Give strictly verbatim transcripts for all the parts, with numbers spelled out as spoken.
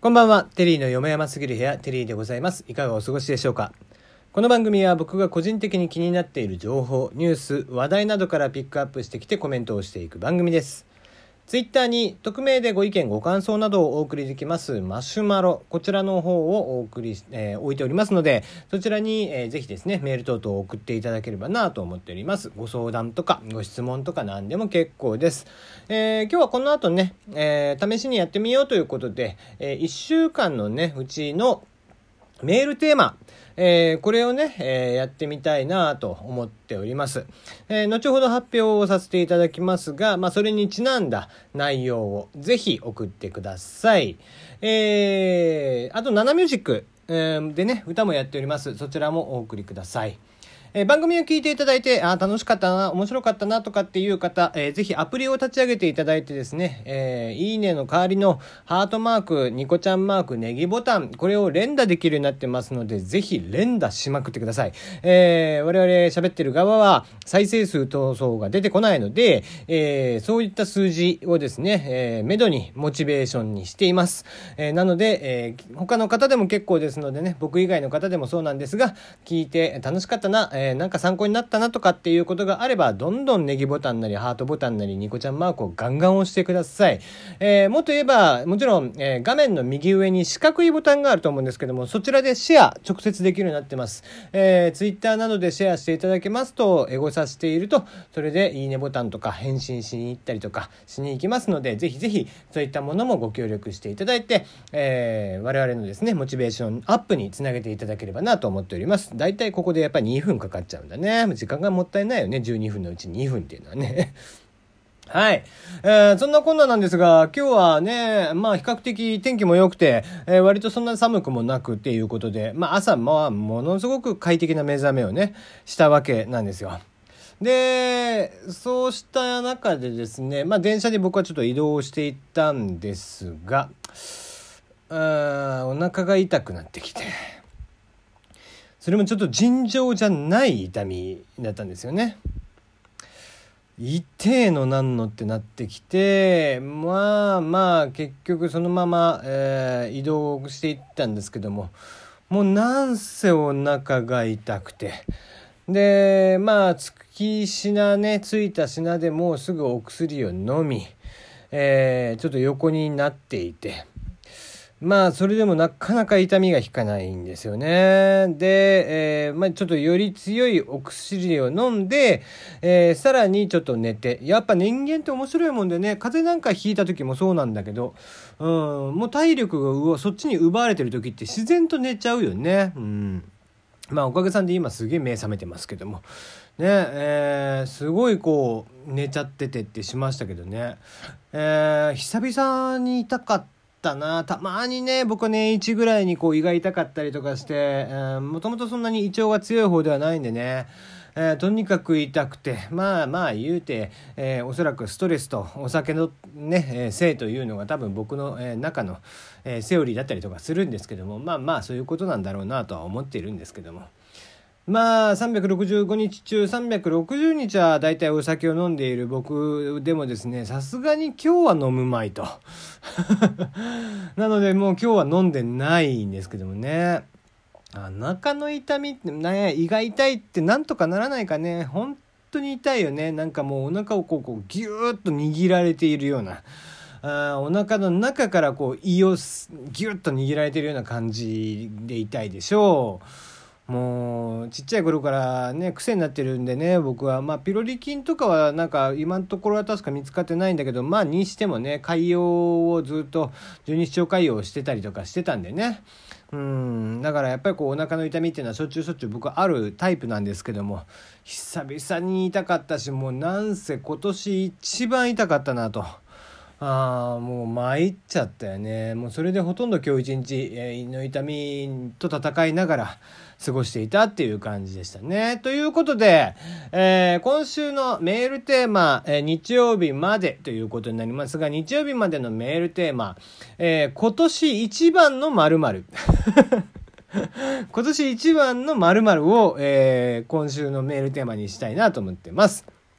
こんばんは。テリーのよもやますぎる部屋、テリーでございます。いかがお過ごしでしょうか。この番組は僕が個人的に気になっている情報、ニュース、話題などからピックアップしてきてコメントをしていく番組です。ツイッターに匿名でご意見ご感想などをお送りできますマシュマロ、こちらの方をお送り、えー、置いておりますので、そちらに、えー、ぜひですねメール等々を送っていただければなと思っております。ご相談とかご質問とか何でも結構です。えー、今日はこの後ね、えー、試しにやってみようということで、えー、いっしゅうかんのねうちのメールテーマ、えー、これをね、えー、やってみたいなと思っております。えー、後ほど発表をさせていただきますが、まあ、それにちなんだ内容をぜひ送ってください。えー、あとナナミュージック、えー、でね歌もやっております。そちらもお送りください。えー、番組を聞いていただいて、あ、楽しかったな、面白かったなとかっていう方、えー、ぜひアプリを立ち上げていただいてですね、えー、いいねの代わりのハートマーク、ニコちゃんマーク、ネギボタン、これを連打できるようになってますので、ぜひ連打しまくってください。えー、我々喋ってる側は再生数等々が出てこないので、えー、そういった数字をですね、えー、めどにモチベーションにしています。えー、なので、えー、他の方でも結構ですのでね、僕以外の方でもそうなんですが、聞いて楽しかったな、えーえー、なんか参考になったなとかっていうことがあれば、どんどんネギボタンなりハートボタンなりニコちゃんマークをガンガン押してください。えー、もっと言えばもちろん、えー、画面の右上に四角いボタンがあると思うんですけども、そちらでシェア直接できるようになってます。えー、ツイッターなどでシェアしていただけますと、エゴサしているとそれでいいねボタンとか返信しに行ったりとかしに行きますので、ぜひぜひそういったものもご協力していただいて、えー、我々のですねモチベーションアップにつなげていただければなと思っております。だいたいここでやっぱりにふんかかっちゃうんだね。時間がもったいないよね。じゅうにふんのうちにふんっていうのはねはい、えー、そんなこんななんですが、今日はね、まあ比較的天気も良くて、えー、割とそんな寒くもなくっていうことで、まあ朝まあものすごく快適な目覚めをねしたわけなんですよ。で、そうした中でですね、まあ電車で僕はちょっと移動していったんですが、あお腹が痛くなってきて、それもちょっと尋常じゃない痛みだったんですよね。痛えのなんのってなってきて、まあまあ結局そのまま、えー、移動していったんですけども、もうなんせお腹が痛くて、でまあ着き品ね着いた品でもうすぐお薬を飲み、えー、ちょっと横になっていて、まあそれでもなかなか痛みが引かないんですよね。で、えーまあ、ちょっとより強いお薬を飲んで、えー、さらにちょっと寝て、やっぱ人間って面白いもんでね、風邪なんかひいた時もそうなんだけど、うん、もう体力がそっちに奪われてる時って自然と寝ちゃうよね。うん、まあおかげさんで今すげえ目覚めてますけどもね、えー、すごいこう寝ちゃっててってしましたけどね、えー、久々に痛かったな。たまにね僕年一ぐらいにこう胃が痛かったりとかして、えー、もともとそんなに胃腸が強い方ではないんでね、えー、とにかく痛くて、まあまあ言うて、えー、おそらくストレスとお酒のね、えー、せいというのが多分僕の、えー、中の、えー、セオリーだったりとかするんですけども、まあまあそういうことなんだろうなとは思っているんですけども、まあさんびゃくろくじゅうごにち中さんびゃくろくじゅうにちはだいたいお酒を飲んでいる僕でもですね、さすがに今日は飲むまいとなのでもう今日は飲んでないんですけどもね、あ中の痛みってね、胃が痛いってなんとかならないかね。本当に痛いよね。なんかもうお腹をこうこうギューッと握られているような、あお腹の中からこう胃をギュッと握られているような感じで痛いでしょう。もうちっちゃい頃からね癖になってるんでね、僕はまあピロリ菌とかはなんか今のところは確か見つかってないんだけど、まあにしてもね潰瘍をずっと十二指腸潰瘍をしてたりとかしてたんでね、うんだからやっぱりこうお腹の痛みっていうのはしょっちゅうしょっちゅう僕はあるタイプなんですけども、久々に痛かったし、もうなんせ今年一番痛かったなと。あもう参っちゃったよね。もうそれでほとんど今日一日、えー、胃の痛みと戦いながら過ごしていたっていう感じでしたね。ということで、えー、今週のメールテーマ、えー、日曜日までということになりますが、日曜日までのメールテーマ、えー、今年一番の〇〇今年一番の〇〇を、えー、今週のメールテーマにしたいなと思ってます。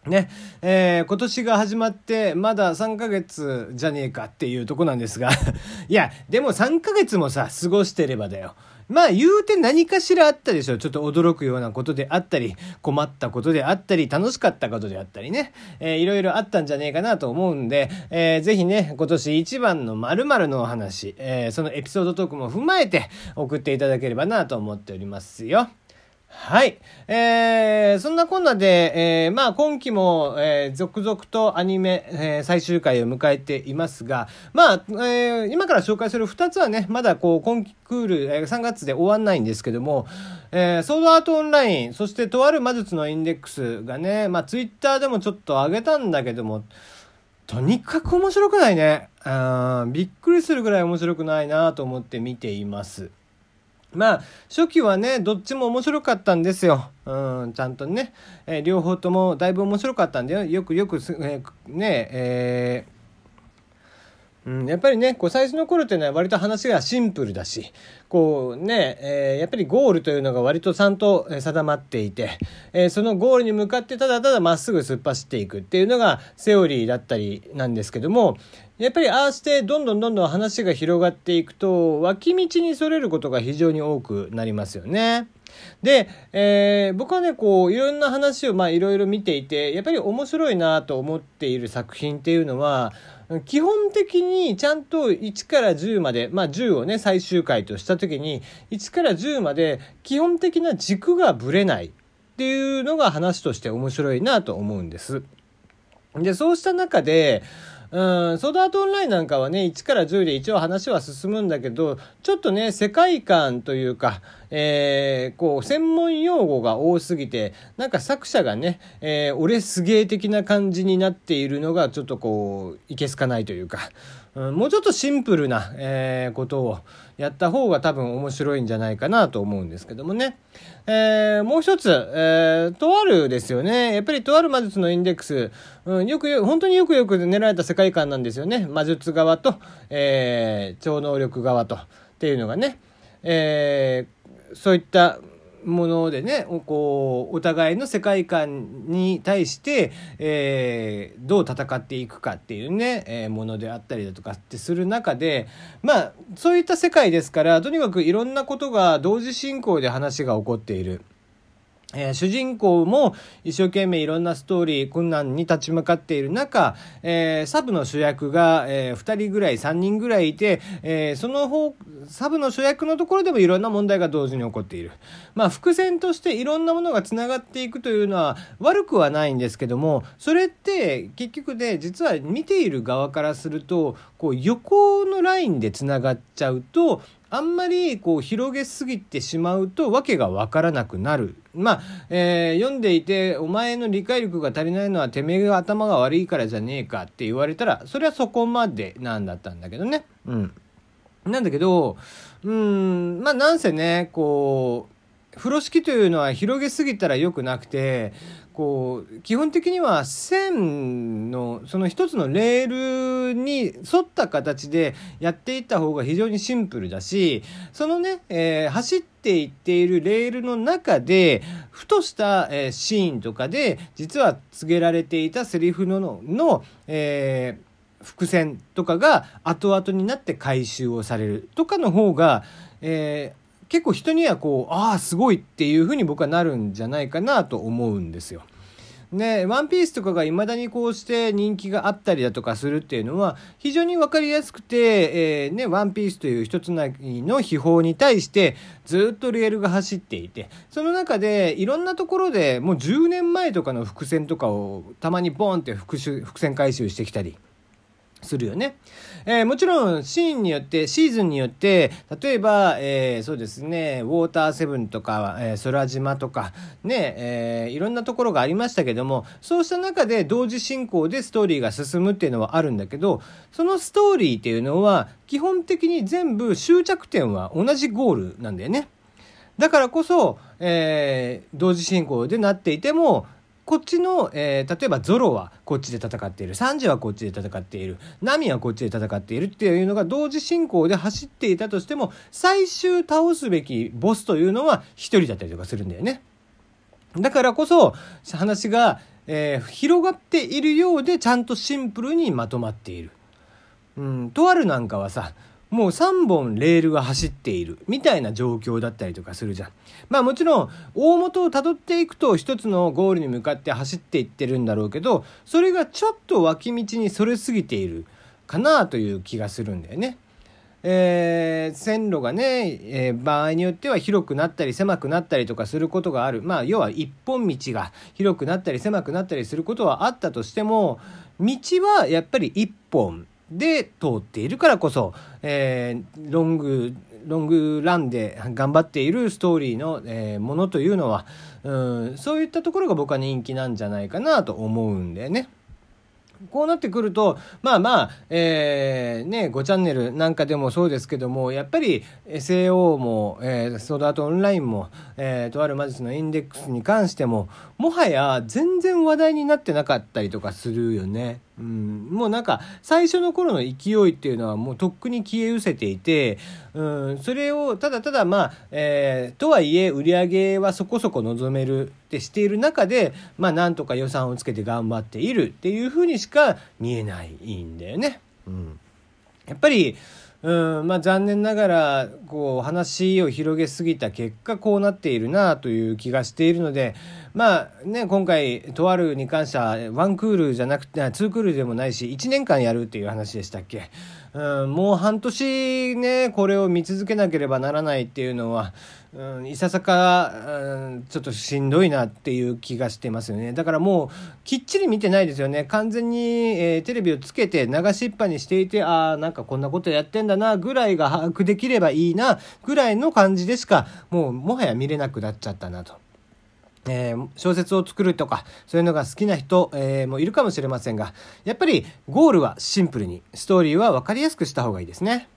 ね、えー、今年が始まってまださんかげつじゃねえかっていうとこなんですがいやでもさんかげつもさ過ごしてればだよ。まあ言うて何かしらあったでしょ。ちょっと驚くようなことであったり、困ったことであったり、楽しかったことであったりね、えー、いろいろあったんじゃねえかなと思うんで、えー、ぜひね今年一番の〇〇のお話、えー、そのエピソードトークも踏まえて送っていただければなと思っておりますよ。はい。えー、そんなこんなで、えー、まあ今期も、えー、続々とアニメ、えー、最終回を迎えていますが、まあ、えー、今から紹介するふたつはね、まだこう、今期クール、えー、さんがつで終わんないんですけども、えー、ソードアートオンライン、そしてとある魔術のインデックスがね、まあツイッターでもちょっと上げたんだけども、とにかく面白くないね。あー、びっくりするぐらい面白くないなと思って見ています。まあ初期はねどっちも面白かったんですよ。うんちゃんとね、えー、両方ともだいぶ面白かったんだよ。よくよくす、えー、ねえーうん、やっぱりねこう最初の頃っていうのは割と話がシンプルだしこうね、えー、やっぱりゴールというのが割とちゃんと定まっていて、えー、そのゴールに向かってただただまっすぐ突っ走っていくっていうのがセオリーだったりなんですけども、やっぱりああしてどんどんどんどん話が広がっていくと脇道にそれることが非常に多くなりますよね。で、えー、僕はねこういろんな話をまあいろいろ見ていてやっぱり面白いなと思っている作品っていうのは基本的にちゃんといちからじゅうまで、まあじゅうをね最終回とした時にいちからじゅうまで基本的な軸がぶれないっていうのが話として面白いなと思うんです。でそうした中でうん、ソードアートオンラインなんかはねいちからじゅうで一応話は進むんだけどちょっとね世界観というか、えー、こう専門用語が多すぎてなんか作者がね、えー、俺すげえ的な感じになっているのがちょっとこういけすかないというか、うん、もうちょっとシンプルな、えー、ことをやった方が多分面白いんじゃないかなと思うんですけどもね。えー、もう一つ、えー、とあるですよね。やっぱりとある魔術のインデックス、うん、よく本当によくよく練られた世界観なんですよね。魔術側と、えー、超能力側とっていうのがね、えー、そういったものでねこうお互いの世界観に対して、えー、どう戦っていくかっていうね、えー、ものであったりだとかってする中でまあそういった世界ですからとにかくいろんなことが同時進行で話が起こっている。えー、主人公も一生懸命いろんなストーリー困難に立ち向かっている中、えー、サブの主役が、えー、ふたりぐらいさんにんぐらいいて、えー、その方サブの主役のところでもいろんな問題が同時に起こっている。まあ伏線としていろんなものがつながっていくというのは悪くはないんですけどもそれって結局で実は見ている側からするとこう横のラインでつながっちゃうとあんまりこう広げすぎてしまうとわけがわからなくなる。まあ、えー、読んでいてお前の理解力が足りないのはてめえが頭が悪いからじゃねえかって言われたらそれはそこまでなんだったんだけどね。うん。なんだけど、うん、まあなんせね、こう、風呂敷というのは広げすぎたら良くなくて、こう基本的には線のその一つのレールに沿った形でやっていった方が非常にシンプルだしそのね、えー、走っていっているレールの中でふとした、えー、シーンとかで実は告げられていたセリフのの、のえー、伏線とかが後々になって回収をされるとかの方が、えー結構人にはこうああすごいっていう風に僕はなるんじゃないかなと思うんですよ。ね、ワンピースとかがいまだにこうして人気があったりだとかするっていうのは非常に分かりやすくて、えーね、ワンピースという一つなぎの秘宝に対してずっとレールが走っていてその中でいろんなところでもうじゅうねんまえとかの伏線とかをたまにボンって復習伏線回収してきたりするよね。えー、もちろんシーンによってシーズンによって例えば、えー、そうですねウォーターセブンとか、えー、空島とかね、えー、いろんなところがありましたけどもそうした中で同時進行でストーリーが進むっていうのはあるんだけどそのストーリーっていうのは基本的に全部終着点は同じゴールなんだよね。だからこそ、えー、同時進行でなっていてもこっちの、えー、例えばゾロはこっちで戦っているサンジはこっちで戦っているナミはこっちで戦っているっていうのが同時進行で走っていたとしても最終倒すべきボスというのは一人だったりとかするんだよね。だからこそ話がえー、広がっているようでちゃんとシンプルにまとまっている。うん、とあるなんかはさ、もうさんぼんレールが走っているみたいな状況だったりとかするじゃん。まあもちろん大元をたどっていくと一つのゴールに向かって走っていってるんだろうけど、それがちょっと脇道にそれすぎているかなという気がするんだよね。えー、線路がね、えー、場合によっては広くなったり狭くなったりとかすることがある。まあ要は一本道が広くなったり狭くなったりすることはあったとしても、道はやっぱり一本で通っているからこそ、えー、ロングロングランで頑張っているストーリーの、えー、ものというのは、うん、そういったところが僕は人気なんじゃないかなと思うんだよね。こうなってくると、まあまあ、えー、ね、ごチャンネルなんかでもそうですけども、やっぱり エスエーオー も、えー、ソードアートオンラインも、えー、とある魔術のインデックスに関しても、もはや全然話題になってなかったりとかするよね。うん、もうなんか最初の頃の勢いっていうのはもうとっくに消え失せていて、うん、それをただただまあ、えー、とはいえ売り上げはそこそこ望めるってしている中で、まあなんとか予算をつけて頑張っているっていうふうにしか見えないんだよね。うん、やっぱりうんまあ、残念ながらこう話を広げすぎた結果こうなっているなという気がしているので、まあね、今回とあるに関してはワンクールじゃなくてツークールでもないしいちねんかんやるっていう話でしたっけ。うんもう半年ねこれを見続けなければならないっていうのは、うん、いささか、うん、ちょっとしんどいなっていう気がしてますよね。だからもうきっちり見てないですよね。完全に、えー、テレビをつけて流しっぱにしていて、ああなんかこんなことやってんだなぐらいが把握できればいいなぐらいの感じでしかもうもはや見れなくなっちゃったなと。えー、小説を作るとかそういうのが好きな人、えー、もいるかもしれませんが、やっぱりゴールはシンプルに、ストーリーは分かりやすくした方がいいですね。